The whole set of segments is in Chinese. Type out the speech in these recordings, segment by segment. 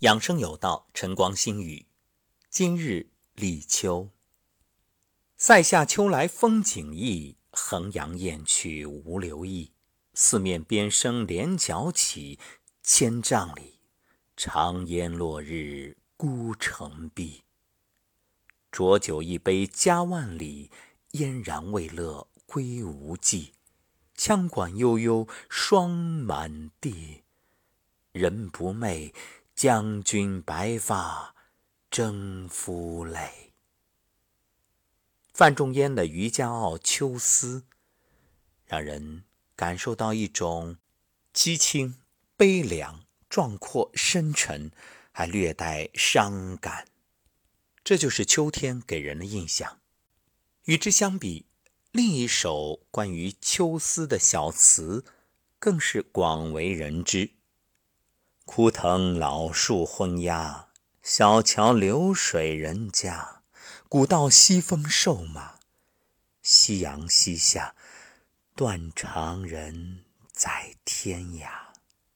养生有道，晨光新语。今日立秋，塞下秋来风景异，衡阳雁去无留意。四面边声连角起，千丈里，长烟落日孤城闭。浊酒一杯家万里，燕然未勒归无计。羌管悠悠霜满地，人不寐，将军白发征夫泪。范仲淹的《渔家傲·秋思》让人感受到一种凄清、悲凉、壮阔、深沉，还略带伤感。这就是秋天给人的印象。与之相比，另一首关于秋思的小词更是广为人知。枯藤老树昏鸦，小桥流水人家。古道西风瘦马，夕阳西下，断肠人在天涯。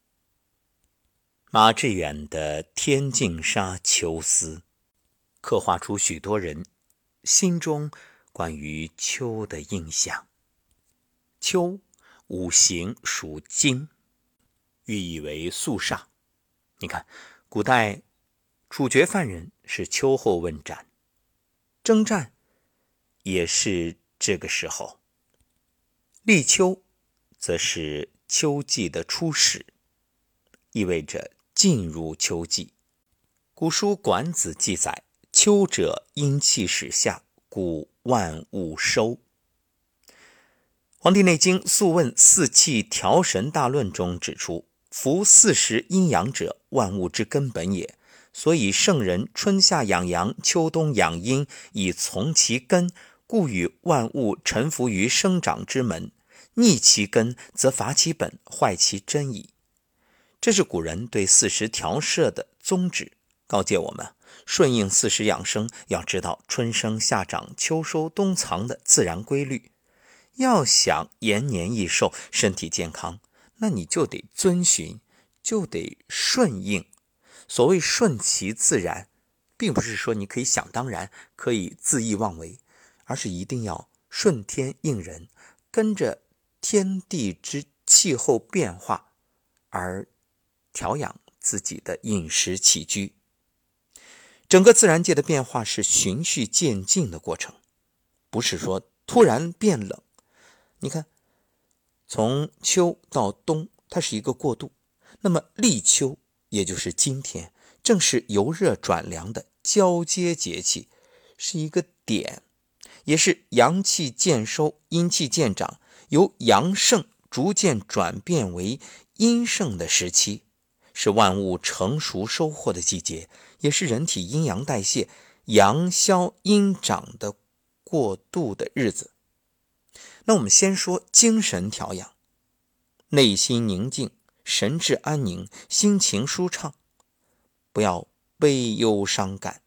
马致远的《天净沙·秋思》刻画出许多人心中关于秋的印象。秋，五行属金，寓意为肃杀。你看，古代处决犯人是秋后问斩，征战也是这个时候。立秋则是秋季的初始，意味着进入秋季。古书《管子》记载，秋者阴气始下，故万物收。《黄帝内经·素问·四气调神大论》中指出，夫40阴阳者，万物之根本也。所以圣人春夏养阳，秋冬养阴，以从其根，故与万物臣服于生长之门。逆其根，则伐其本，坏其真矣。这是古人对40调摄的宗旨，告诫我们顺应40养生，要知道春生夏长秋收冬藏的自然规律。要想延年益寿，身体健康，那你就得遵循，就得顺应。所谓顺其自然，并不是说你可以想当然，可以恣意妄为，而是一定要顺天应人，跟着天地之气候变化而调养自己的饮食起居。整个自然界的变化是循序渐进的过程，不是说突然变冷。你看，从秋到冬，它是一个过渡。那么立秋，也就是今天，正是由热转凉的交接节气，是一个点，也是阳气渐收，阴气渐长，由阳盛逐渐转变为阴盛的时期，是万物成熟收获的季节，也是人体阴阳代谢、阳消阴长的过渡的日子。那我们先说精神调养，内心宁静，神志安宁，心情舒畅，不要悲忧伤感。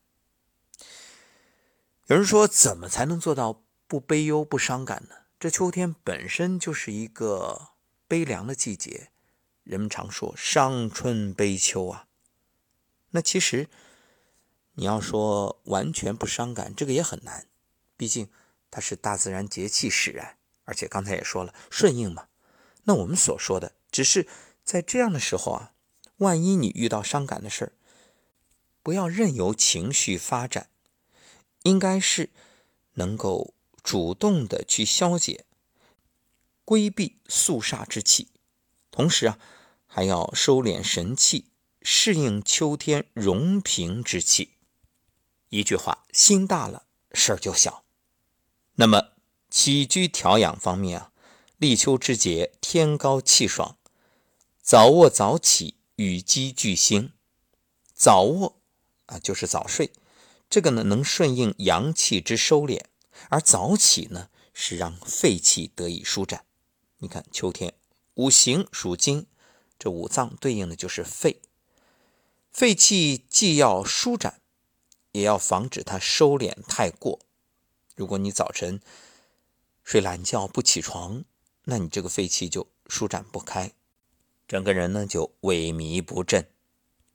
有人说，怎么才能做到不悲忧不伤感呢？这秋天本身就是一个悲凉的季节，人们常说伤春悲秋啊。那其实你要说完全不伤感，这个也很难，毕竟它是大自然节气使然，而且刚才也说了顺应嘛。那我们所说的只是在这样的时候啊，万一你遇到伤感的事儿，不要任由情绪发展，应该是能够主动的去消解，规避肃杀之气，同时还要收敛神气，适应秋天容平之气。一句话，心大了，事儿就小。那么起居调养方面立秋之节，天高气爽，早卧早起，与鸡俱兴。早卧就是早睡，这个呢能顺应阳气之收敛，而早起呢是让肺气得以舒展。你看秋天五行属金，这五脏对应的就是肺，肺气既要舒展，也要防止它收敛太过。如果你早晨睡懒觉不起床，那你这个肺气就舒展不开，整个人呢就萎靡不振。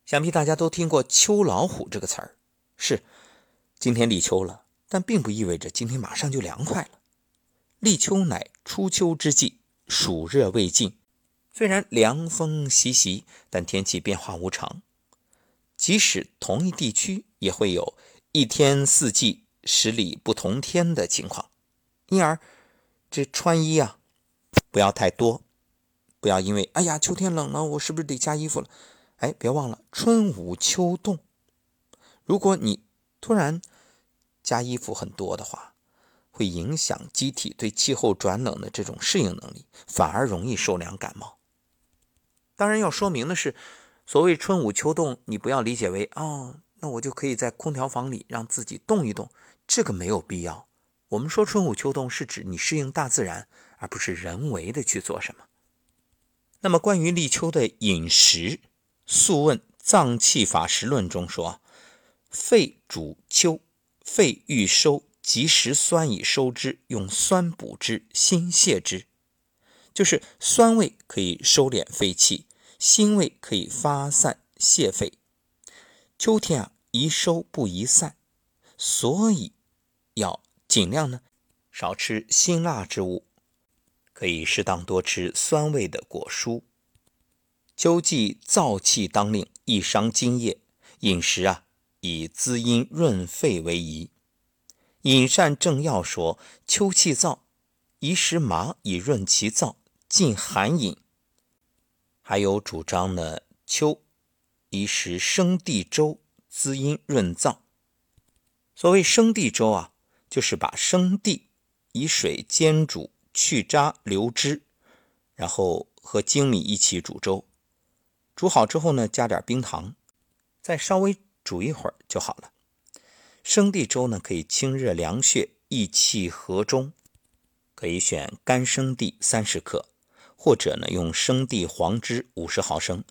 想必大家都听过秋老虎这个词儿，是，今天立秋了，但并不意味着今天马上就凉快了。立秋乃初秋之际，暑热未尽，虽然凉风习习，但天气变化无常。即使同一地区，也会有一天四季十里不同天的情况。因而这穿衣啊，不要太多，不要因为秋天冷了，我是不是得加衣服了？别忘了春捂秋冻。如果你突然加衣服很多的话，会影响机体对气候转冷的这种适应能力，反而容易受凉感冒。当然要说明的是，所谓春捂秋冻，你不要理解为那我就可以在空调房里让自己冻一冻，这个没有必要。我们说春捂秋冻是指你适应大自然，而不是人为的去做什么。那么关于立秋的饮食，《素问·脏气法实论》中说，肺主秋，肺欲收，及时酸以收之，用酸补之，辛泻之。就是酸味可以收敛肺气，辛味可以发散泻肺。秋天宜收不宜散，所以要尽量呢少吃辛辣之物，可以适当多吃酸味的果蔬。秋季燥气当令，易伤津液，饮食以滋阴润肺为宜。饮膳正要说，秋气燥，宜食麻以润其燥，禁寒饮。还有主张呢，秋宜食生地粥，滋阴润燥。所谓生地粥就是把生地以水煎煮，去渣留汁，然后和精米一起煮粥。煮好之后呢，加点冰糖，再稍微煮一会儿就好了。生地粥呢，可以清热凉血，益气和中，可以选干生地30克，或者呢用生地黄汁50毫升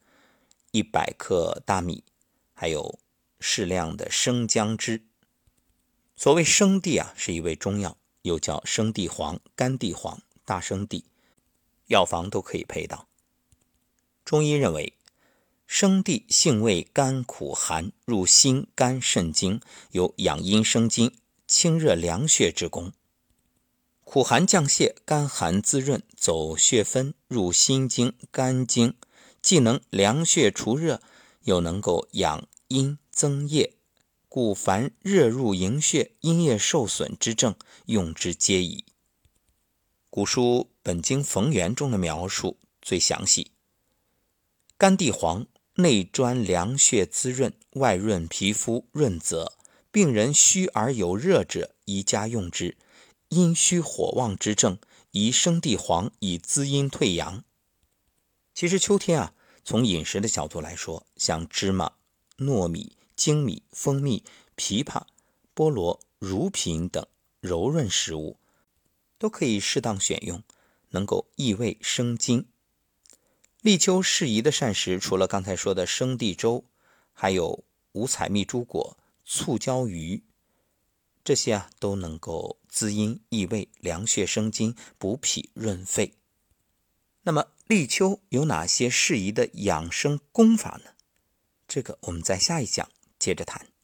，100克大米，还有适量的生姜汁。所谓生地是一味中药，又叫生地黄、干地黄、大生地，药房都可以配到。中医认为，生地性味甘苦寒，入心肝肾经，有养阴生津、清热凉血之功。苦寒降泻，甘寒滋润，走血分，入心经、肝经，既能凉血除热，又能够养阴增液，故凡热入营血、阴液受损之症，用之皆宜。古书《本经逢源》中的描述最详细。干地黄内专凉血滋润，外润皮肤润泽，病人虚而有热者，宜加用之。阴虚火旺之症，宜生地黄以滋阴退阳。其实秋天从饮食的角度来说，像芝麻、糯米、精米、蜂蜜、枇杷、菠萝、乳品等柔润食物，都可以适当选用，能够益胃生津。立秋适宜的膳食，除了刚才说的生地粥，还有五彩蜜珠果、醋椒鱼，这些都能够滋阴益胃、凉血生津、补脾润肺。那么立秋有哪些适宜的养生功法呢？这个我们在下一讲接着谈。